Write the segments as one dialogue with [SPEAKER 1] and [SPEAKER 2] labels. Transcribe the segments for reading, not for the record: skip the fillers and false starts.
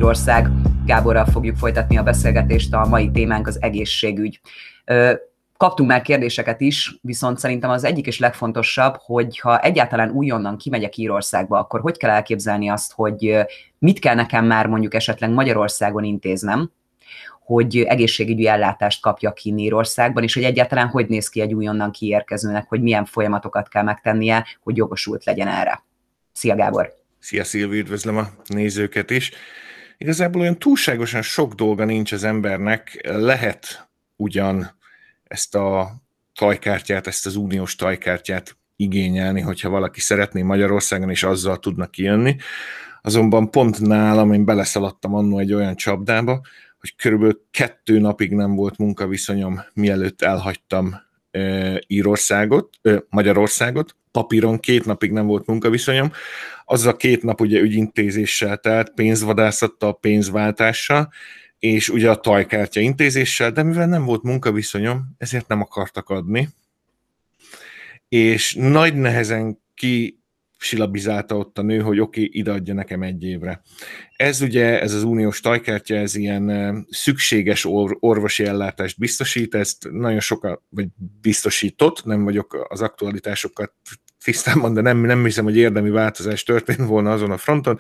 [SPEAKER 1] Írország. Gáborral fogjuk folytatni a beszélgetést, a mai témánk az egészségügy. Kaptunk már kérdéseket is, viszont szerintem az egyik és legfontosabb, hogy ha egyáltalán újonnan kimegyek Írországba, akkor hogy kell elképzelni azt, hogy mit kell nekem már mondjuk esetleg Magyarországon intéznem, hogy egészségügyi ellátást kapjak ki Írországban, és hogy egyáltalán hogy néz ki egy újonnan kiérkezőnek, hogy milyen folyamatokat kell megtennie, hogy jogosult legyen erre. Szia Gábor!
[SPEAKER 2] Szia Szilvi, üdvözlöm a nézőket is. Igazából olyan túlságosan sok dolga nincs az embernek, lehet ugyan ezt a tajkártyát, ezt az uniós tajkártyát igényelni, hogyha valaki szeretné Magyarországon, és azzal tudna kijönni. Azonban pont nálam én beleszaladtam annó egy olyan csapdába, hogy körülbelül 2 napig nem volt munkaviszonyom, mielőtt elhagytam Magyarországot. Papíron 2 napig nem volt munkaviszonyom. Az a 2 nap ugye ügyintézéssel telt, pénzvadászattal, pénzváltással, és ugye a tajkártya intézéssel, de mivel nem volt munkaviszonyom, ezért nem akartak adni. És nagy nehezen kisilabizálta ott a nő, hogy oké, ide adja nekem 1 évre. Ez ugye, ez az uniós tajkártya, ez ilyen szükséges orvosi ellátást biztosít, ezt nagyon sokan, vagy biztosított, nem vagyok az aktualitásokat tisztában, de nem hiszem, hogy érdemi változás történt volna azon a fronton.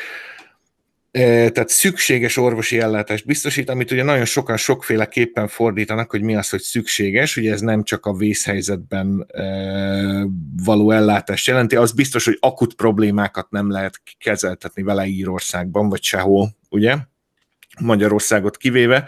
[SPEAKER 2] Tehát szükséges orvosi ellátást biztosít, amit ugye nagyon sokan sokféleképpen fordítanak, hogy mi az, hogy szükséges, ugye ez nem csak a vészhelyzetben való ellátást jelenti, az biztos, hogy akut problémákat nem lehet kezeltetni vele Írországban, vagy sehol, ugye, Magyarországot kivéve,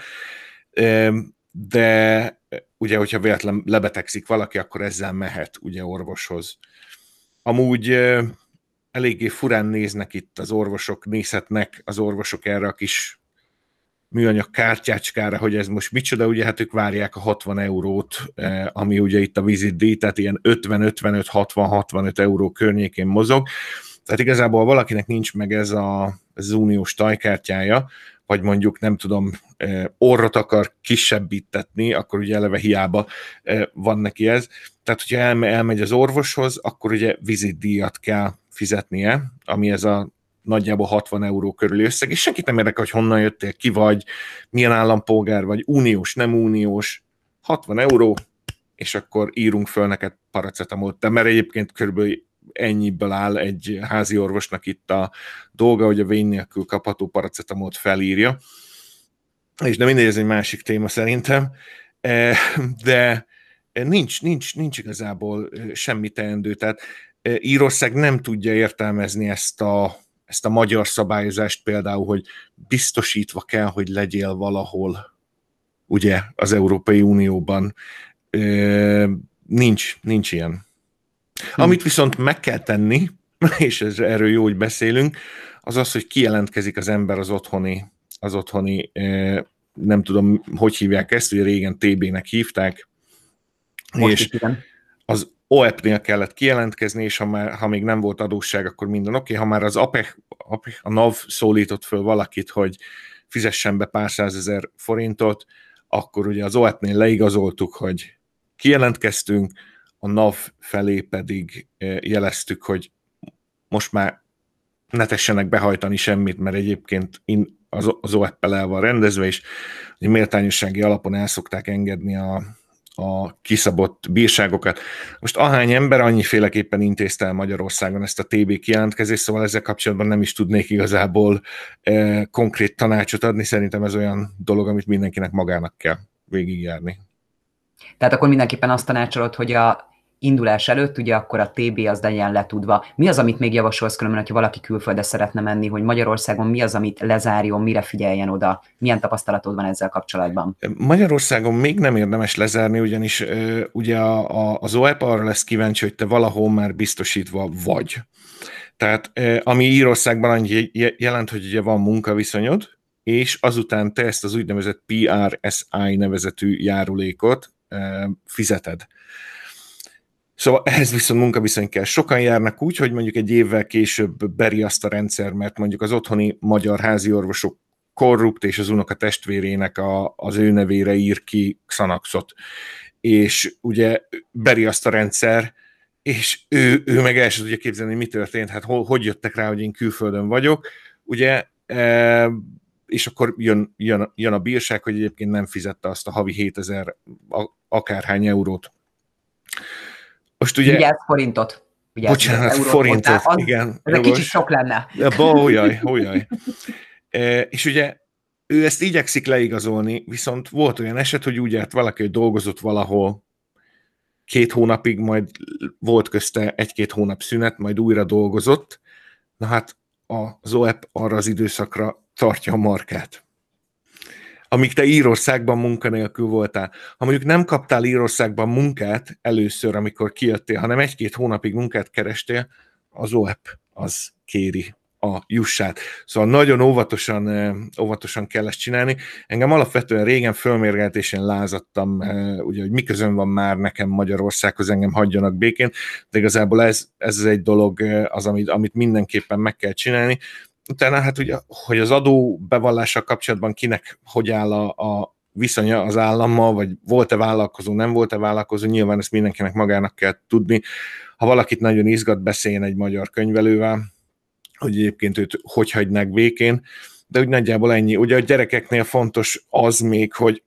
[SPEAKER 2] de ugye, hogyha véletlen lebetegszik valaki, akkor ezzel mehet ugye orvoshoz. Amúgy eléggé furán néznek itt az orvosok, nézhetnek az orvosok erre a kis műanyag kártyácskára, hogy ez most micsoda, ugye hát ők várják a 60 eurót, ami ugye itt a vizitdíj, tehát ilyen 50-65 euró környékén mozog. Tehát igazából valakinek nincs meg ez az uniós tajkártyája, vagy mondjuk nem tudom, orrot akar kisebbítetni, akkor ugye eleve hiába van neki ez. Tehát, hogyha elmegy az orvoshoz, akkor ugye vizitdíjat kell fizetnie, ami ez a nagyjából 60 euró körüli összeg, és senkit nem érdekel, hogy honnan jöttél, ki vagy, milyen állampolgár vagy, uniós, nem uniós, 60 euró, és akkor írunk föl neked paracetamolt. Mert egyébként körülbelül ennyiből áll egy házi orvosnak itt a dolga, hogy a vény nélkül kapható paracetamolt felírja. És de mindegy, ez egy másik téma szerintem. De nincs igazából semmi teendő. Tehát Írország nem tudja értelmezni ezt a magyar szabályozást például, hogy biztosítva kell, hogy legyél valahol, ugye, az Európai Unióban. Nincs ilyen. Amit viszont meg kell tenni, és erről jó, hogy beszélünk, az, hogy kijelentkezik az ember az otthoni nem tudom, hogy hívják ezt, ugye régen TB-nek hívták,
[SPEAKER 1] most
[SPEAKER 2] és az OEP-nél kellett kijelentkezni, és ha még nem volt adósság, akkor minden oké. Ha már az a NAV szólított föl valakit, hogy fizessen be pár 100 000 forintot, akkor ugye az OEP-nél leigazoltuk, hogy kijelentkeztünk, a NAV felé pedig jeleztük, hogy most már ne tessenek behajtani semmit, mert egyébként az OEP-pel el van rendezve, és méltányossági alapon el szokták engedni a kiszabott bírságokat. Most ahány ember annyiféleképpen intézte el Magyarországon ezt a TB kijelentkezést, szóval ezzel kapcsolatban nem is tudnék igazából konkrét tanácsot adni, szerintem ez olyan dolog, amit mindenkinek magának kell végigjárni.
[SPEAKER 1] Tehát akkor mindenképpen azt tanácsolod, hogy a indulás előtt, ugye akkor a TB az legyen letudva. Mi az, amit még javasolsz különben, hogyha valaki külföldre szeretne menni, hogy Magyarországon mi az, amit lezárjon, mire figyeljen oda? Milyen tapasztalatod van ezzel kapcsolatban?
[SPEAKER 2] Magyarországon még nem érdemes lezárni, ugyanis ugye az OEP arra lesz kíváncsi, hogy te valahol már biztosítva vagy. Tehát ami Írországban annyi jelent, hogy ugye van munkaviszonyod, és azután te ezt az úgynevezett PRSI nevezetű járulékot fizeted. Szóval ehhez viszont munkaviszony kell. Sokan járnak úgy, hogy mondjuk egy évvel később beriaszt a rendszer, mert mondjuk az otthoni magyar háziorvosok korrupt, és az unoka testvérének az ő nevére ír ki Xanaxot. És ugye beriaszt a rendszer, és ő meg el sem tudja képzelni, hogy mi történt, hát hogy jöttek rá, hogy én külföldön vagyok. Ugye és akkor jön a bírság, hogy egyébként nem fizette azt a havi 7000 akárhány eurót. Most ugye...
[SPEAKER 1] Vigyázz, forintot. Vigyázz,
[SPEAKER 2] Bocsánat, forintot, igen.
[SPEAKER 1] Ez egy kicsit sok lenne.
[SPEAKER 2] Ójaj. És ugye ő ezt igyekszik leigazolni, viszont volt olyan eset, hogy úgy járt valaki, hogy dolgozott valahol 2 hónapig, majd volt közte 1-2 hónap szünet, majd újra dolgozott. Na hát az OEP arra az időszakra tartja a markát. Amíg te Írországban munkanélkül voltál. Ha mondjuk nem kaptál Írországban munkát először, amikor kijöttél, hanem 1-2 hónapig munkát kerestél, az OEP az kéri a jussát. Szóval nagyon óvatosan kell ezt csinálni. Engem alapvetően régen fölmérgelt, és én lázadtam, ugye, hogy miközön van már nekem Magyarországhoz, engem hagyjanak békén, de igazából ez egy dolog, az, amit mindenképpen meg kell csinálni. Utána hát ugye, hogy az adó bevallással kapcsolatban kinek hogy áll a viszonya az állammal, vagy volt-e vállalkozó, nem volt-e vállalkozó, nyilván ezt mindenkinek magának kell tudni. Ha valakit nagyon izgat, beszéljen egy magyar könyvelővel, hogy egyébként őt hogy hagynák békén, de úgy nagyjából ennyi. Ugye a gyerekeknél fontos az még, hogy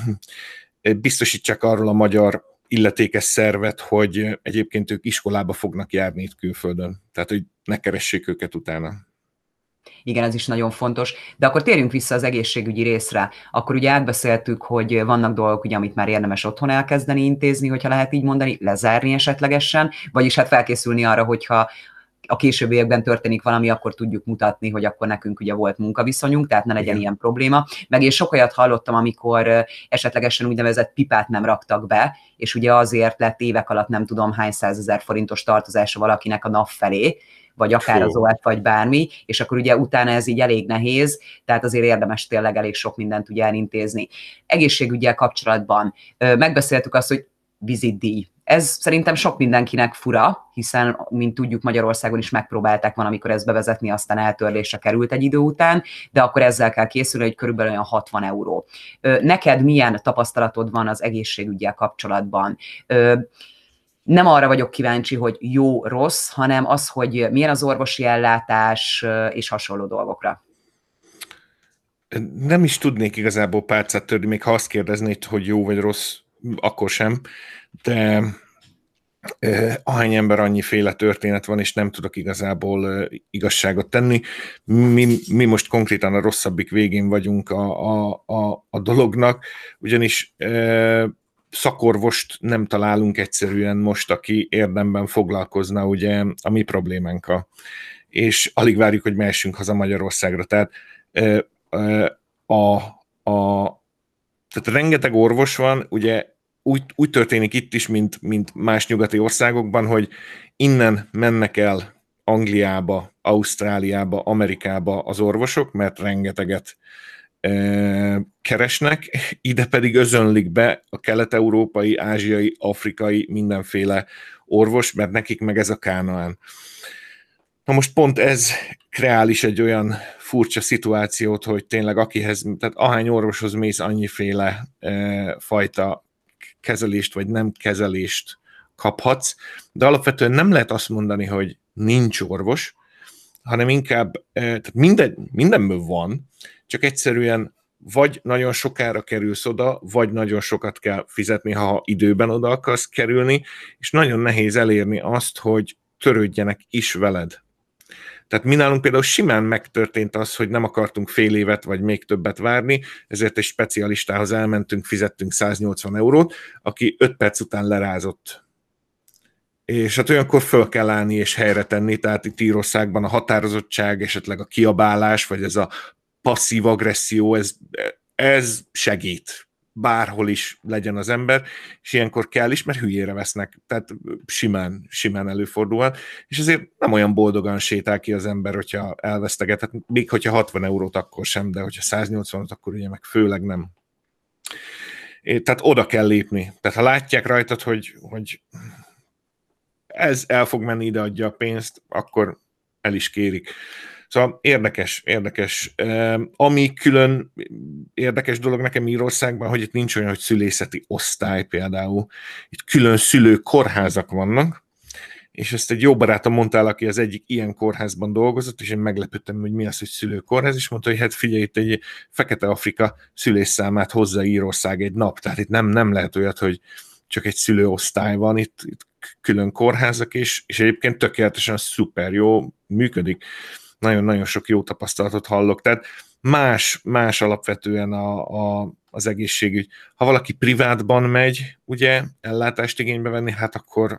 [SPEAKER 2] biztosítsák arról a magyar illetékes szervet, hogy egyébként ők iskolába fognak járni itt külföldön. Tehát, hogy ne keressék őket utána.
[SPEAKER 1] Igen, ez is nagyon fontos. De akkor térjünk vissza az egészségügyi részre. Akkor ugye átbeszéltük, hogy vannak dolgok, ugye, amit már érdemes otthon elkezdeni intézni, hogyha lehet így mondani, lezárni esetlegesen, vagyis hát felkészülni arra, hogyha a későbbiekben történik valami, akkor tudjuk mutatni, hogy akkor nekünk ugye volt munkaviszonyunk, tehát ne legyen ilyen probléma. Meg én sok olyat hallottam, amikor esetlegesen úgynevezett pipát nem raktak be, és ugye azért lett évek alatt nem tudom hány 100 000 forintos tartozása valakinek a NAV felé, vagy akár az OF, vagy bármi, és akkor ugye utána ez így elég nehéz, tehát azért érdemes tényleg elég sok mindent ugye elintézni. Egészségügyel kapcsolatban megbeszéltük azt, hogy vizitdíj. Ez szerintem sok mindenkinek fura, hiszen, mint tudjuk, Magyarországon is megpróbálták valamikor ezt bevezetni, aztán eltörlésre került egy idő után, de akkor ezzel kell készülni, hogy körülbelül olyan 60 euró. Neked milyen tapasztalatod van az egészségügyel kapcsolatban? Nem arra vagyok kíváncsi, hogy jó-rossz, hanem az, hogy milyen az orvosi ellátás és hasonló dolgokra.
[SPEAKER 2] Nem is tudnék igazából pálcát törni, még ha azt kérdeznéd, hogy jó vagy rossz, akkor sem, de ahány ember, annyiféle történet van, és nem tudok igazából igazságot tenni. Mi most konkrétan a rosszabbik végén vagyunk a dolognak, ugyanis szakorvost nem találunk egyszerűen most, aki érdemben foglalkozna ugye a mi problémánkkal. És alig várjuk, hogy mehessünk haza Magyarországra. Tehát tehát rengeteg orvos van, ugye úgy történik itt is, mint más nyugati országokban, hogy innen mennek el Angliába, Ausztráliába, Amerikába az orvosok, mert rengeteget keresnek, ide pedig özönlik be a kelet-európai, ázsiai, afrikai, mindenféle orvos, mert nekik meg ez a Kánaán. Na most pont ez kreál is egy olyan furcsa szituációt, hogy tényleg akihez, tehát ahány orvoshoz mész, annyiféle fajta kezelést vagy nem kezelést kaphatsz, de alapvetően nem lehet azt mondani, hogy nincs orvos, hanem inkább tehát mindenből van, csak egyszerűen vagy nagyon sokára kerülsz oda, vagy nagyon sokat kell fizetni, ha időben oda akarsz kerülni, és nagyon nehéz elérni azt, hogy törődjenek is veled. Tehát mi nálunk például simán megtörtént az, hogy nem akartunk fél évet vagy még többet várni, ezért egy specialistához elmentünk, fizettünk 180 eurót, aki 5 perc után lerázott. És hát olyankor föl kell állni és helyre tenni, tehát itt Írországban a határozottság, esetleg a kiabálás, vagy ez a passzív agresszió, ez segít. Bárhol is legyen az ember, és ilyenkor kell is, mert hülyére vesznek, tehát simán előfordulhat, és ezért nem olyan boldogan sétál ki az ember, hogyha elveszteget, tehát még hogyha 60 eurót, akkor sem, de hogyha 180-ot, akkor ugye meg főleg nem. Tehát oda kell lépni. Tehát ha látják rajtad, hogy ez el fog menni, ide adja a pénzt, akkor el is kérik. Szóval érdekes. Ami külön érdekes dolog nekem Írországban, hogy itt nincs olyan, hogy szülészeti osztály például. Itt külön szülőkórházak vannak, és ezt egy jó barátom mondta el, aki az egyik ilyen kórházban dolgozott, és én meglepődtem, hogy mi az, hogy szülőkórház, és mondta, hogy hát figyelj, itt egy Fekete Afrika szülésszámát hozza Írország egy nap, tehát itt nem lehet olyat, hogy csak egy szülőosztály van, itt külön kórházak, és egyébként tökéletesen szuper jó működik. Nagyon-nagyon sok jó tapasztalatot hallok, tehát más alapvetően az egészségügy. Ha valaki privátban megy, ugye, ellátást igénybe venni, hát akkor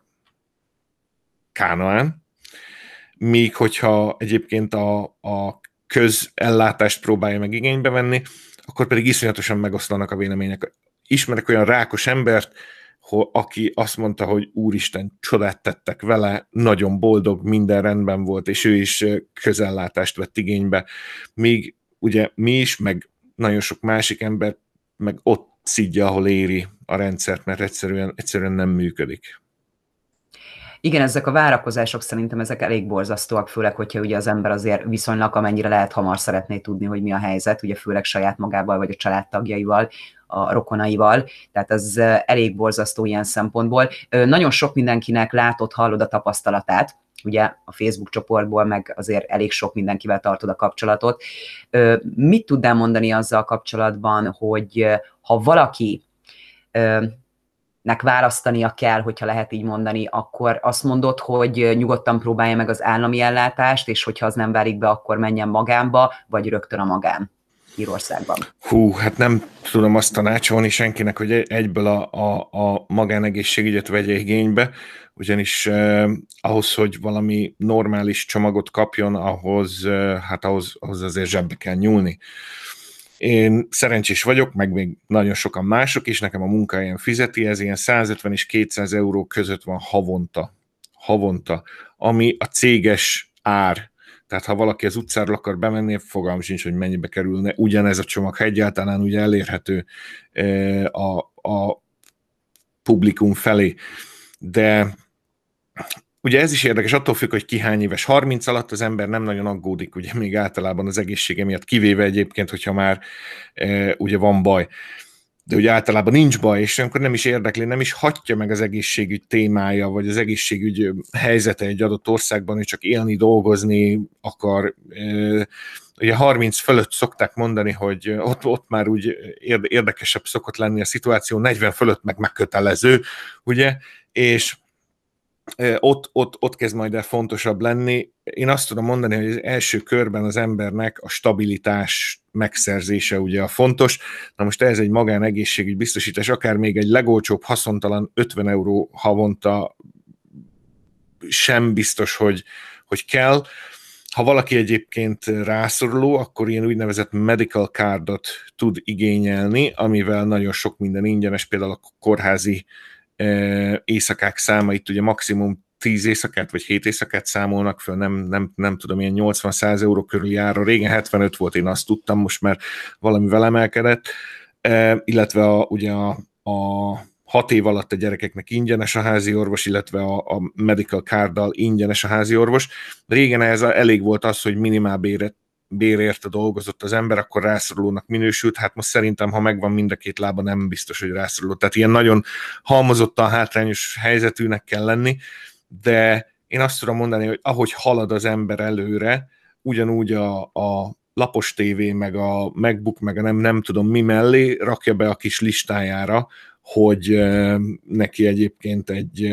[SPEAKER 2] Kánaán, míg hogyha egyébként a közellátást próbálja meg igénybe venni, akkor pedig iszonyatosan megoszlanak a vélemények. Ismerek olyan rákos embert, aki azt mondta, hogy úristen, csodát tettek vele, nagyon boldog, minden rendben volt, és ő is közellátást vett igénybe. Míg ugye mi is, meg nagyon sok másik ember meg ott szidja, ahol éri a rendszert, mert egyszerűen nem működik.
[SPEAKER 1] Igen, ezek a várakozások szerintem ezek elég borzasztóak, főleg, hogyha ugye az ember azért viszonylag amennyire lehet hamar szeretné tudni, hogy mi a helyzet, ugye főleg saját magával, vagy a családtagjaival, a rokonaival, tehát ez elég borzasztó ilyen szempontból. Nagyon sok mindenkinek látod, hallod a tapasztalatát, ugye a Facebook csoportból, meg azért elég sok mindenkivel tartod a kapcsolatot. Mit tudnál mondani azzal kapcsolatban, hogy ha valaki nek választania kell, hogyha lehet így mondani, akkor azt mondod, hogy nyugodtan próbálja meg az állami ellátást, és hogyha az nem válik be, akkor menjen magánba, vagy rögtön a magán Írországban?
[SPEAKER 2] Hát nem tudom azt tanácsolni senkinek, hogy egyből a magánegészségügyet vegye igénybe, ugyanis ahhoz, hogy valami normális csomagot kapjon, ahhoz azért zsebbe kell nyúlni. Én szerencsés vagyok, meg még nagyon sokan mások is, nekem a munkáján fizeti, ez ilyen 150 és 200 euró között van havonta, ami a céges ár. Tehát ha valaki az utcáról akar bemenni, fogalmam sincs, hogy mennyibe kerülne ugyanez a csomag, ha egyáltalán ugye elérhető a publikum felé. De ugye ez is érdekes, attól függ, hogy ki hány éves. 30 alatt az ember nem nagyon aggódik, ugye még általában az egészsége miatt, kivéve egyébként, hogyha már ugye van baj. De ugye általában nincs baj, és akkor nem is érdekli, nem is hatja meg az egészségügy témája, vagy az egészségügy helyzete egy adott országban, hogy csak élni, dolgozni akar. Ugye 30 fölött szokták mondani, hogy ott már úgy érdekesebb szokott lenni a szituáció, 40 fölött meg megkötelező, ugye, és ott kezd majd el fontosabb lenni. Én azt tudom mondani, hogy az első körben az embernek a stabilitás megszerzése ugye a fontos. Na most ez egy magánegészségügy biztosítás, akár még egy legolcsóbb, haszontalan 50 euró havonta sem biztos, hogy kell. Ha valaki egyébként rászoruló, akkor ilyen úgynevezett medical cardot tud igényelni, amivel nagyon sok minden ingyenes, például a kórházi éjszakák száma, itt ugye maximum 10 éjszakát vagy 7 éjszakát számolnak föl, nem tudom, ilyen 80-100 euró körül jár. Régen 75 volt, én azt tudtam, most már valamivel emelkedett, illetve ugye a 6 év alatt a gyerekeknek ingyenes a házi orvos, illetve a medical carddal ingyenes a házi orvos. Régen ez elég volt az, hogy bérért dolgozott az ember, akkor rászorulónak minősült, hát most szerintem, ha megvan mind a két lába, nem biztos, hogy rászoruló. Tehát ilyen nagyon halmozottan hátrányos helyzetűnek kell lenni, de én azt tudom mondani, hogy ahogy halad az ember előre, ugyanúgy a lapos tévé, meg a MacBook, meg a nem tudom mi mellé rakja be a kis listájára, hogy neki egyébként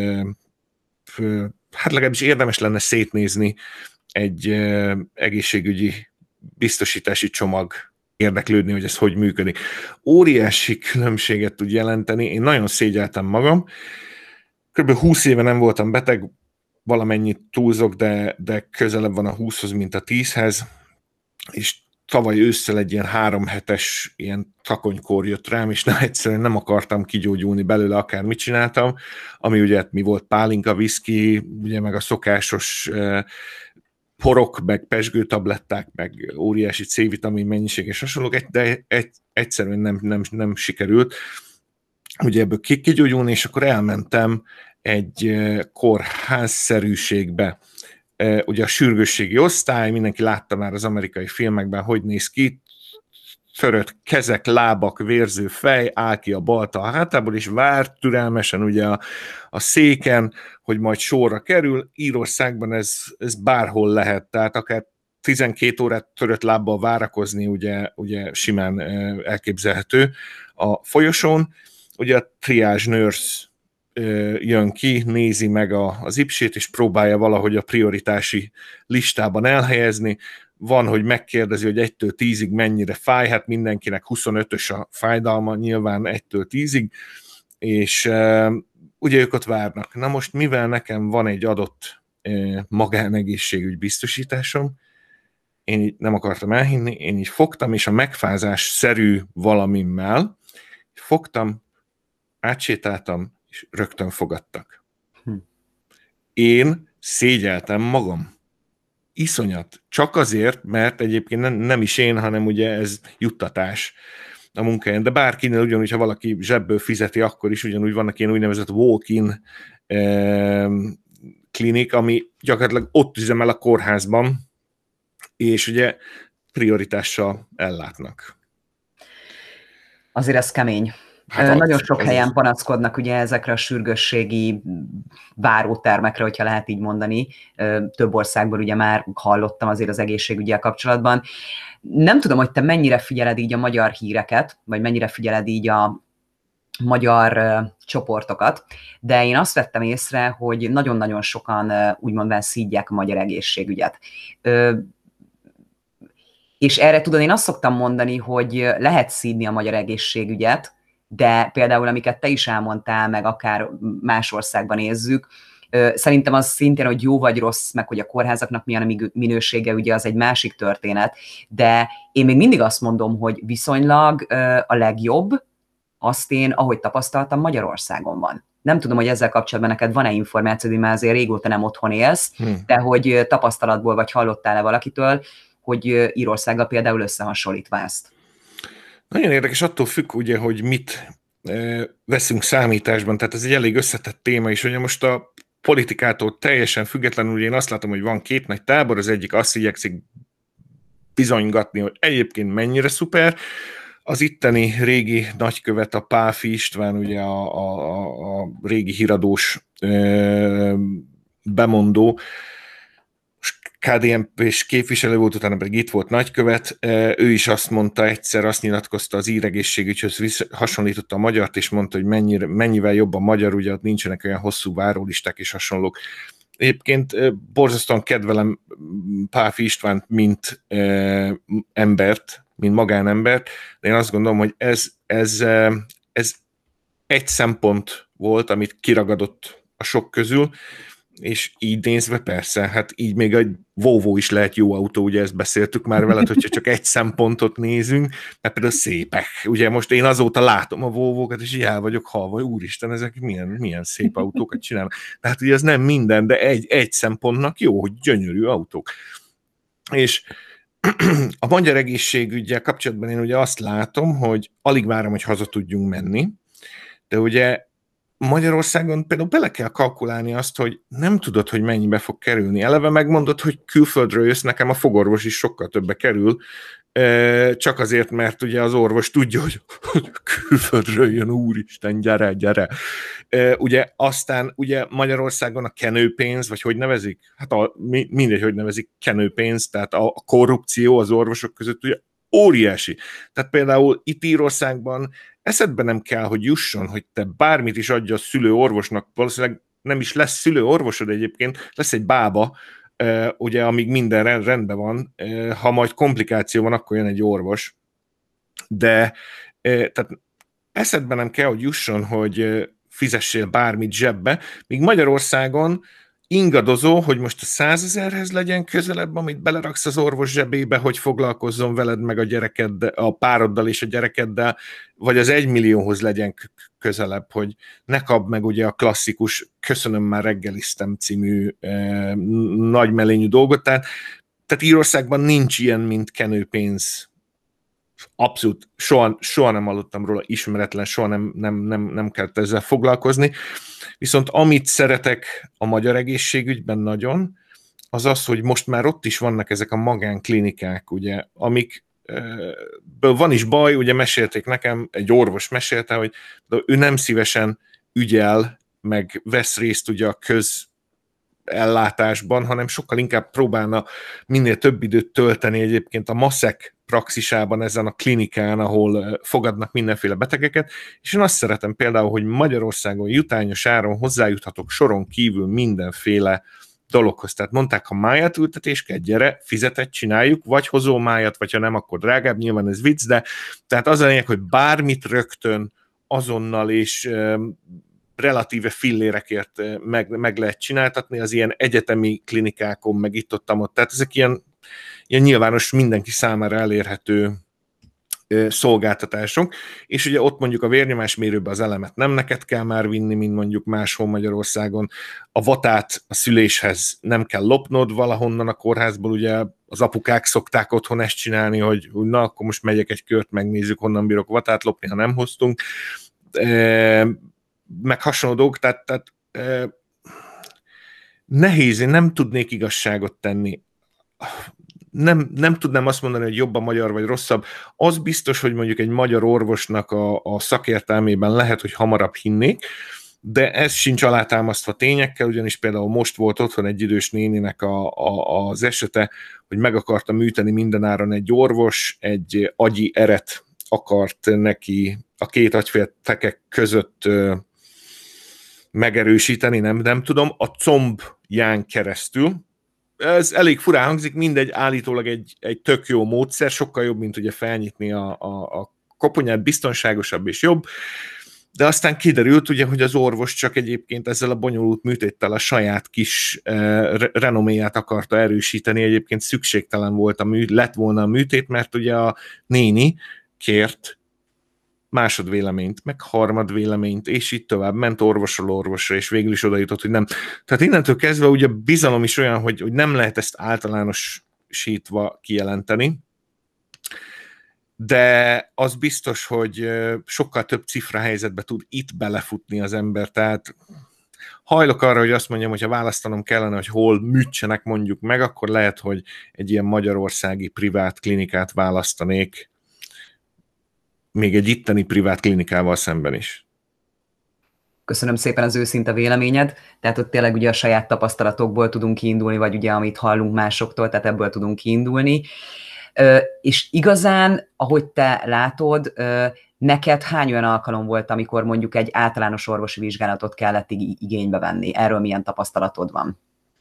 [SPEAKER 2] hát legalábbis érdemes lenne szétnézni egy egészségügyi biztosítási csomag, érdeklődni, hogy ez hogy működik. Óriási különbséget tud jelenteni, én nagyon szégyeltem magam, kb. 20 éve nem voltam beteg, valamennyit túlzok, de közelebb van a 20-hoz, mint a 10-hez, és tavaly ősszel egy ilyen 3 hetes ilyen takonykor jött rám, és egyszerűen nem akartam kigyógyulni belőle, akármit csináltam, ami ugye mi volt, pálinka, viszki, ugye meg a szokásos porok, meg pezsgőtabletták, meg óriási C-vitamin mennyiség és hasonlók, de egyszerűen nem sikerült ugye ebből kigyógyulni, és akkor elmentem egy kórházszerűségbe. Ugye a sürgősségi osztály, mindenki látta már az amerikai filmekben, hogy néz ki, törött kezek, lábak, vérző fej, áll ki a balta a hátából, és vár türelmesen ugye a széken, hogy majd sorra kerül. Írországban ez bárhol lehet, tehát akár 12 órát törött lábbal várakozni, ugye simán elképzelhető a folyosón. Ugye a triage nurse jön ki, nézi meg az ipsét, és próbálja valahogy a prioritási listában elhelyezni. Van, hogy megkérdezi, hogy 1-től 10-ig mennyire fáj, hát mindenkinek 25-ös a fájdalma, nyilván 1-től 10-ig, és ugye ők ott várnak. Na most, mivel nekem van egy adott magánegészségügy biztosításom, én így nem akartam elhinni, én így fogtam, és a megfázás-szerű valamimmel fogtam, átsétáltam, és rögtön fogadtak. Én szégyeltem magam. Iszonyat. Csak azért, mert egyébként nem is én, hanem ugye ez juttatás a munkahelyen. De bárkinél ugyanúgy, ha valaki zsebből fizeti, akkor is ugyanúgy vannak ilyen úgynevezett walk-in klinik, ami gyakorlatilag ott üzemel a kórházban, és ugye prioritással ellátnak.
[SPEAKER 1] Azért ez kemény. Hát nagyon sok helyen panaszkodnak ugye ezekre a sürgősségi várótermekre, hogyha lehet így mondani. Több országból ugye már hallottam azért az egészségügyel kapcsolatban. Nem tudom, hogy te mennyire figyeled így a magyar híreket, vagy mennyire figyeled így a magyar csoportokat, de én azt vettem észre, hogy nagyon-nagyon sokan úgymond szídják a magyar egészségügyet. És erre tudod, én azt szoktam mondani, hogy lehet szídni a magyar egészségügyet, de például amiket te is elmondtál, meg akár más országban nézzük, szerintem az szintén, hogy jó vagy rossz, meg hogy a kórházaknak milyen a minősége, ugye az egy másik történet, de én még mindig azt mondom, hogy viszonylag a legjobb, azt én, ahogy tapasztaltam, Magyarországon van. Nem tudom, hogy ezzel kapcsolatban neked van-e információd, mert azért régóta nem otthon élsz, de hogy tapasztalatból vagy hallottál-e valakitől, hogy Írországgal például összehasonlítva ezt.
[SPEAKER 2] Nagyon érdekes, attól függ, ugye, hogy mit veszünk számításban, tehát ez egy elég összetett téma is, ugye most a politikától teljesen függetlenül, én azt látom, hogy van két nagy tábor, az egyik azt igyekszik bizonygatni, hogy egyébként mennyire szuper, az itteni régi nagykövet, a Pálffy István, ugye a régi híradós bemondó, KDNP-s képviselő volt, utána pedig itt volt nagykövet, ő is azt mondta egyszer, azt nyilatkozta az íregészségügyhöz, hasonlította a magyart, és mondta, hogy mennyivel jobb a magyar, ugye ott nincsenek olyan hosszú várólisták és hasonlók. Egyébként borzasztóan kedvelem Pálffy Istvánt, mint embert, mint magánembert, de én azt gondolom, hogy ez egy szempont volt, amit kiragadott a sok közül, és így nézve persze, hát így még egy Volvo is lehet jó autó, ugye ezt beszéltük már veled, hogyha csak egy szempontot nézünk, mert például szépek. Ugye most én azóta látom a Volvo-kat, és így el vagyok halva, úristen, ezek milyen szép autókat csinálnak. Tehát ugye ez nem minden, de egy szempontnak jó, hogy gyönyörű autók. És a magyar egészségüggyel kapcsolatban én ugye azt látom, hogy alig várom, hogy haza tudjunk menni, de ugye Magyarországon például bele kell kalkulálni azt, hogy nem tudod, hogy mennyibe fog kerülni. Eleve megmondod, hogy külföldről jössz, nekem a fogorvos is sokkal többe kerül, csak azért, mert ugye az orvos tudja, hogy külföldről jön, úristen, gyere. Ugye aztán ugye Magyarországon a kenőpénz, vagy hogy nevezik? Hát mindegy, hogy nevezik, kenőpénz, tehát a korrupció az orvosok között ugye óriási. Tehát például itt Írországban eszedbe nem kell, hogy jusson, hogy te bármit is adja a szülő orvosnak, valószínűleg nem is lesz szülő orvosod egyébként, lesz egy bába, ugye, amíg minden rendben van, ha majd komplikáció van, akkor jön egy orvos. De tehát eszedbe nem kell, hogy jusson, hogy fizessél bármit zsebbe, míg Magyarországon ingadozó, hogy most a 100 000-hez legyen közelebb, amit beleraksz az orvos zsebébe, hogy foglalkozzon veled meg a gyerekeddel, a pároddal és a gyerekeddel, vagy az 1 millióhoz legyen közelebb, hogy ne kap meg ugye a klasszikus köszönöm, már reggeliztem című nagy melényű dolgot. Tehát Írországban nincs ilyen, mint kenőpénz. Abszolút, soha nem hallottam róla, ismeretlen, soha nem kellett ezzel foglalkozni. Viszont amit szeretek a magyar egészségügyben nagyon, az az, hogy most már ott is vannak ezek a magánklinikák, ugye, amik van is baj, ugye mesélték nekem, egy orvos mesélte, hogy ő nem szívesen ügyel, meg vesz részt ugye a ellátásban, hanem sokkal inkább próbálna minél több időt tölteni egyébként a maszek praxisában, ezen a klinikán, ahol fogadnak mindenféle betegeket, és én azt szeretem például, hogy Magyarországon jutányos áron hozzájuthatok soron kívül mindenféle dologhoz. Tehát mondták, ha májat ültetés kell, gyere, fizetett, csináljuk, vagy hozol májat, vagy ha nem, akkor drágább, nyilván ez vicc, de tehát az a lényeg, hogy bármit rögtön, azonnal és relatíve fillérekért meg lehet csináltatni az ilyen egyetemi klinikákon, meg itt-ott. Tehát ezek ilyen nyilvános, mindenki számára elérhető szolgáltatások, és ugye ott mondjuk a vérnyomásmérőbe az elemet nem neked kell már vinni, mint mondjuk máshol Magyarországon. A vatát a szüléshez nem kell lopnod valahonnan a kórházból, ugye az apukák szokták otthon ezt csinálni, hogy na, akkor most megyek egy kört, megnézzük, honnan bírok vatát lopni, ha nem hoztunk. Meg hasonló dolgok, tehát nehéz, én nem tudnék igazságot tenni. Nem tudnám azt mondani, hogy jobb a magyar vagy rosszabb. Az biztos, hogy mondjuk egy magyar orvosnak a szakértelmében lehet, hogy hamarabb hinnék, de ez sincs alátámasztva tényekkel, ugyanis például most volt otthon egy idős néninek az esete, hogy meg akarta műteni mindenáron egy orvos, egy agyi eret akart neki a két agyféltekek között megerősíteni, nem tudom, a combján keresztül. Ez elég furán hangzik, mindegy, állítólag egy tök jó módszer, sokkal jobb, mint ugye felnyitni a koponyát, biztonságosabb és jobb, de aztán kiderült ugye, hogy az orvos csak egyébként ezzel a bonyolult műtéttel a saját kis renoméját akarta erősíteni, egyébként szükségtelen volt lett volna a műtét, mert ugye a néni kért másodvéleményt, meg harmadvéleményt, és így tovább, ment orvosról orvosra, és végül is oda jutott, hogy nem. Tehát innentől kezdve ugye bizalom is olyan, hogy nem lehet ezt általánosítva kijelenteni, de az biztos, hogy sokkal több cifra helyzetbe tud itt belefutni az ember, tehát hajlok arra, hogy azt mondjam, hogy ha választanom kellene, hogy hol műtsenek mondjuk meg, akkor lehet, hogy egy ilyen magyarországi privát klinikát választanék, még egy itteni privát klinikával szemben is.
[SPEAKER 1] Köszönöm szépen az őszinte véleményed, tehát ott tényleg ugye a saját tapasztalatokból tudunk kiindulni, vagy ugye amit hallunk másoktól, tehát ebből tudunk kiindulni. És igazán, ahogy te látod, neked hány olyan alkalom volt, amikor mondjuk egy általános orvosi vizsgálatot kellett igénybe venni? Erről milyen tapasztalatod van?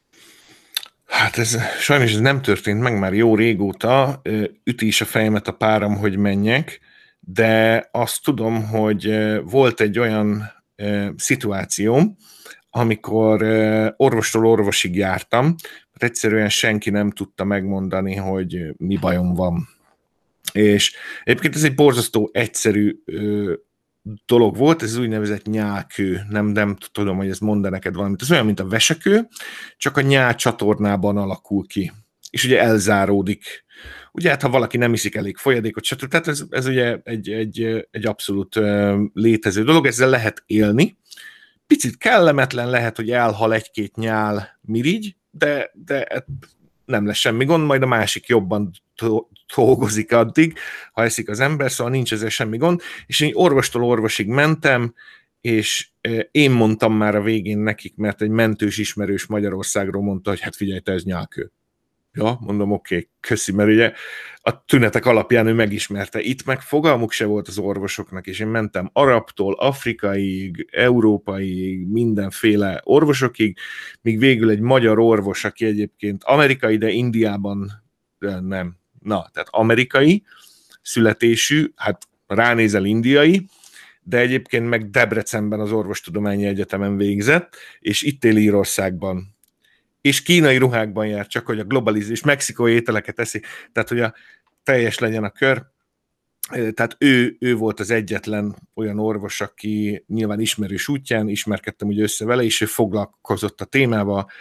[SPEAKER 2] Hát sajnos ez nem történt meg már jó régóta, üti is a fejemet a páram, hogy menjek, de azt tudom, hogy volt egy olyan szituációm, amikor orvostól orvosig jártam, mert egyszerűen senki nem tudta megmondani, hogy mi bajom van. És egyébként ez egy borzasztó egyszerű dolog volt, ez úgynevezett nyálkő, nem tudom, hogy ez mond neked valamit. Ez olyan, mint a vesekő, csak a nyál csatornában alakul ki, és ugye elzáródik. Ugye hát, ha valaki nem iszik elég folyadékot, stb. Tehát ez ugye egy abszolút létező dolog, ezzel lehet élni. Picit kellemetlen, lehet, hogy elhal egy-két nyál mirigy, de nem lesz semmi gond, majd a másik jobban dolgozik addig, ha eszik az ember, szóval nincs ezzel semmi gond, és én orvostól orvosig mentem, és én mondtam már a végén nekik, mert egy mentős ismerős Magyarországról mondta, hogy hát figyelj, te ez nyálkő. Ja, mondom, oké, köszi, mert ugye a tünetek alapján ő megismerte. Itt meg fogalmuk se volt az orvosoknak, és én mentem arabtól, afrikaig, európaig, mindenféle orvosokig, míg végül egy magyar orvos, aki egyébként amerikai, de Indiában nem. Na, tehát amerikai születésű, hát ránézel indiai, de egyébként meg Debrecenben az Orvostudományi Egyetemen végzett, és itt él Írországban. És kínai ruhákban jár, csak hogy a globalizálás, mexikói ételeket eszi, tehát hogy a teljes legyen a kör. Tehát ő volt az egyetlen olyan orvos, aki nyilván ismerős útján, ismerkedtem ugye össze vele, és ő foglalkozott a témával,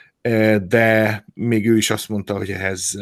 [SPEAKER 2] de még ő is azt mondta, hogy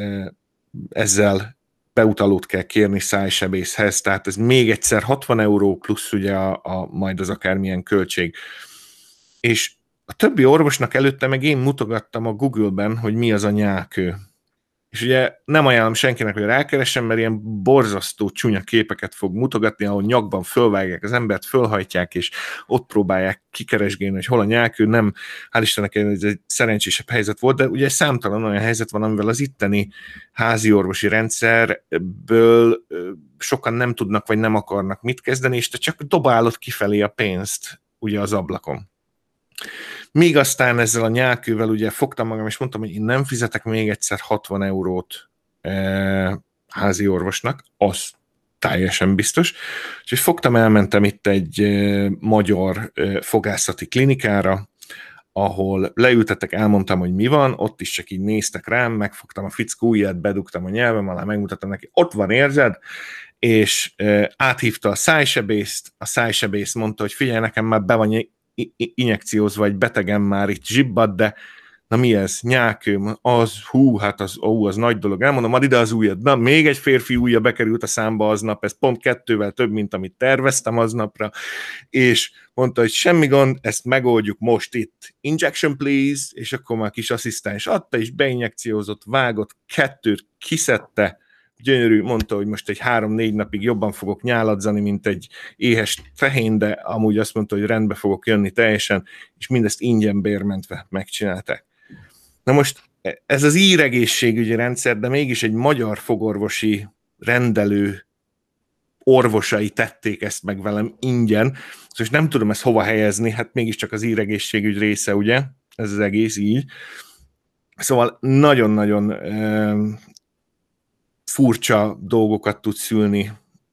[SPEAKER 2] ezzel beutalót kell kérni szájsebészhez, tehát ez még egyszer 60 euró plusz ugye majd az akármilyen költség. És a többi orvosnak előtte meg én mutogattam a Google-ben, hogy mi az a nyálkő. És ugye nem ajánlom senkinek, hogy rákeressen, mert ilyen borzasztó csúnya képeket fog mutogatni, ahol nyakban fölvágják az embert, fölhajtják, és ott próbálják kikeresgélni, hogy hol a nyálkő. Nem, hál' Istennek ez egy szerencsésebb helyzet volt, de ugye számtalan olyan helyzet van, amivel az itteni házi orvosi rendszerből sokan nem tudnak, vagy nem akarnak mit kezdeni, és te csak dobálod kifelé a pénzt ugye az ablakon. Míg aztán ezzel a nyálkővel ugye fogtam magam, és mondtam, hogy én nem fizetek még egyszer 60 eurót házi orvosnak, az teljesen biztos. Úgyhogy fogtam, elmentem itt egy magyar fogászati klinikára, ahol leültettek, elmondtam, hogy mi van, ott is csak így néztek rám, megfogtam a fickó ujját, bedugtam a nyelvem alá, megmutattam neki, ott van, érzed? És áthívta a szájsebészt, a szájsebész mondta, hogy figyelj, nekem már be van injekciózva, vagy betegem már itt zsibbad, de na mi ez? Nyálkőm, az, hát az nagy dolog. Elmondom, add ide az ujjad. Na, még egy férfi ujja bekerült a számba aznap, ez pont 2-vel több, mint amit terveztem aznapra, és mondta, hogy semmi gond, ezt megoldjuk most itt. Injection, please, és akkor már kis asszisztens adta, és beinjekciózott, vágott, 2-t kiszedte, gyönyörű, mondta, hogy most egy 3-4 napig jobban fogok nyáladzani, mint egy éhes tehén, de amúgy azt mondta, hogy rendbe fogok jönni teljesen, és mindezt ingyen bérmentve megcsinálták. Na most ez az íregészségügyi rendszer, de mégis egy magyar fogorvosi rendelő orvosai tették ezt meg velem ingyen, és nem tudom ezt hova helyezni, hát mégiscsak az íregészségügy része, ugye? Ez az egész így. Szóval nagyon-nagyon furcsa dolgokat tud szülni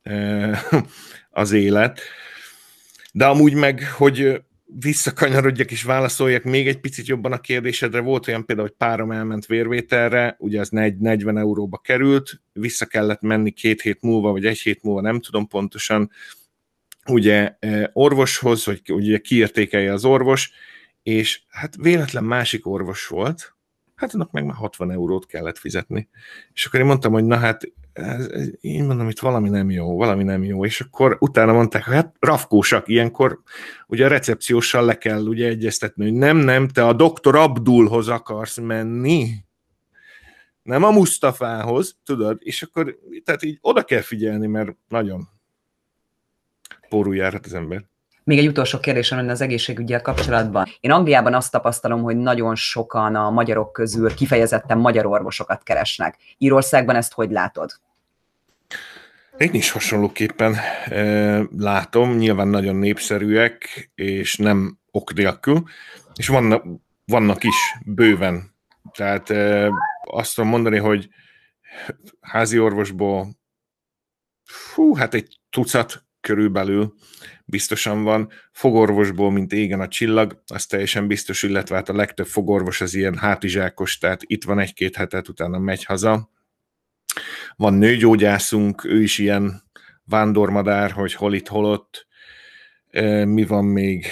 [SPEAKER 2] az élet. De amúgy meg, hogy visszakanyarodjak és válaszoljak még egy picit jobban a kérdésedre, volt olyan például, hogy párom elment vérvételre, ugye az 40 euróba került, vissza kellett menni 2 hét múlva, vagy 1 hét múlva, nem tudom pontosan, ugye orvoshoz, hogy ugye kiértékelje az orvos, és hát véletlen másik orvos volt, hát annak meg már 60 eurót kellett fizetni. És akkor én mondtam, hogy na hát, én mondom, itt valami nem jó, és akkor utána mondták, hogy hát rafkósak, ilyenkor ugye a recepcióssal le kell ugye egyeztetni, hogy nem, te a doktor Abdulhoz akarsz menni, nem a Mustafához, tudod, és akkor tehát így oda kell figyelni, mert nagyon pórul járhat az ember.
[SPEAKER 1] Még egy utolsó kérdésem lenne az egészségügyel kapcsolatban. Én Angliában azt tapasztalom, hogy nagyon sokan a magyarok közül kifejezetten magyar orvosokat keresnek. Írországban ezt hogy látod?
[SPEAKER 2] Én is hasonlóképpen látom, nyilván nagyon népszerűek, és nem ok nélkül, és vannak is bőven. Tehát azt tudom mondani, hogy házi orvosból hát egy tucat körülbelül biztosan van, fogorvosból, mint égen a csillag, az teljesen biztos, illetve hát a legtöbb fogorvos az ilyen hátizsákos, tehát itt van 1-2 hetet, utána megy haza. Van nőgyógyászunk, ő is ilyen vándormadár, hogy hol itt, hol ott. Mi van még?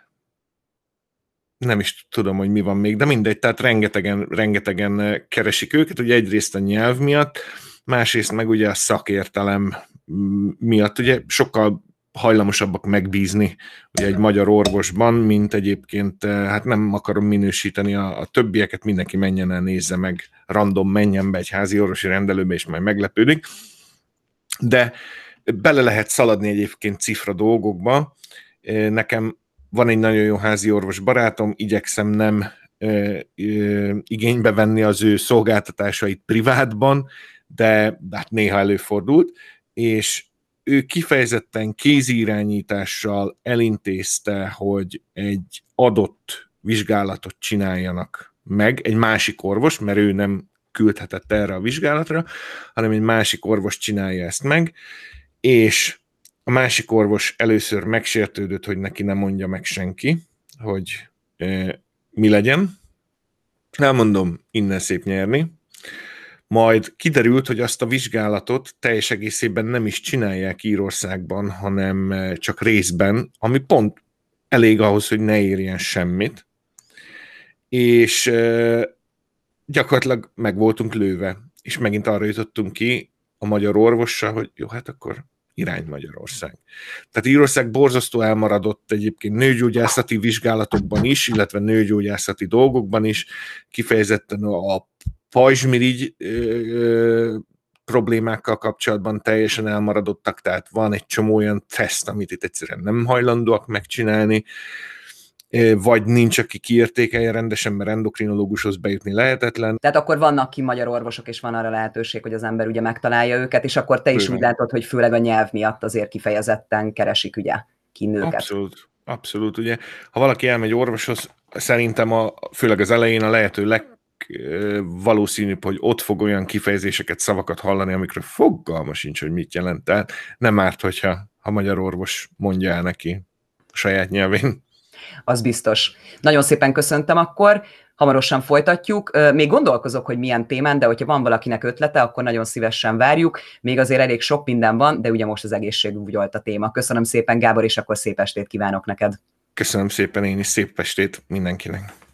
[SPEAKER 2] Nem is tudom, hogy mi van még, de mindegy, tehát rengetegen keresik őket, ugye egyrészt a nyelv miatt, másrészt meg ugye a szakértelem miatt, ugye sokkal hajlamosabbak megbízni ugye egy magyar orvosban, mint egyébként, hát nem akarom minősíteni a többieket, mindenki menjen el, nézze meg, random menjen be egy házi orvosi rendelőbe, és majd meglepődik. De bele lehet szaladni egyébként cifra dolgokba. Nekem van egy nagyon jó házi orvos barátom, igyekszem nem igénybe venni az ő szolgáltatásait privátban, de hát néha előfordult, és ő kifejezetten kézirányítással elintézte, hogy egy adott vizsgálatot csináljanak meg, egy másik orvos, mert ő nem küldhetett erre a vizsgálatra, hanem egy másik orvos csinálja ezt meg, és a másik orvos először megsértődött, hogy neki nem mondja meg senki, hogy mi legyen. Elmondom, innen szép nyerni. Majd kiderült, hogy azt a vizsgálatot teljes egészében nem is csinálják Írországban, hanem csak részben, ami pont elég ahhoz, hogy ne érjen semmit. És gyakorlatilag meg voltunk lőve. És megint arra jutottunk ki a magyar orvossal, hogy jó, hát akkor irány Magyarország. Tehát Írország borzasztó elmaradott egyébként nőgyógyászati vizsgálatokban is, illetve nőgyógyászati dolgokban is, kifejezetten a pajzsmirigy problémákkal kapcsolatban teljesen elmaradottak, tehát van egy csomó olyan teszt, amit itt egyszerűen nem hajlandóak megcsinálni, vagy nincs, aki kiértékelje rendesen, mert endokrinológushoz bejutni lehetetlen.
[SPEAKER 1] Tehát akkor vannak ki magyar orvosok, és van arra lehetőség, hogy az ember ugye megtalálja őket, és akkor te is úgy látod, hogy főleg a nyelv miatt azért kifejezetten keresik ugye ki nőket.
[SPEAKER 2] Abszolút, abszolút, ugye. Ha valaki elmegy orvoshoz, szerintem főleg az elején a lehető legvalószínűbb, hogy ott fog olyan kifejezéseket, szavakat hallani, amikről fogalma sincs, hogy mit jelent. Tehát nem árt, hogyha magyar orvos mondja el neki a saját nyelvén.
[SPEAKER 1] Az biztos. Nagyon szépen köszöntem akkor, hamarosan folytatjuk. Még gondolkozok, hogy milyen témán, de hogyha van valakinek ötlete, akkor nagyon szívesen várjuk. Még azért elég sok minden van, de ugye most az egészségügy volt a téma. Köszönöm szépen, Gábor, és akkor szép estét kívánok neked.
[SPEAKER 2] Köszönöm szépen én is, szép estét mindenkinek.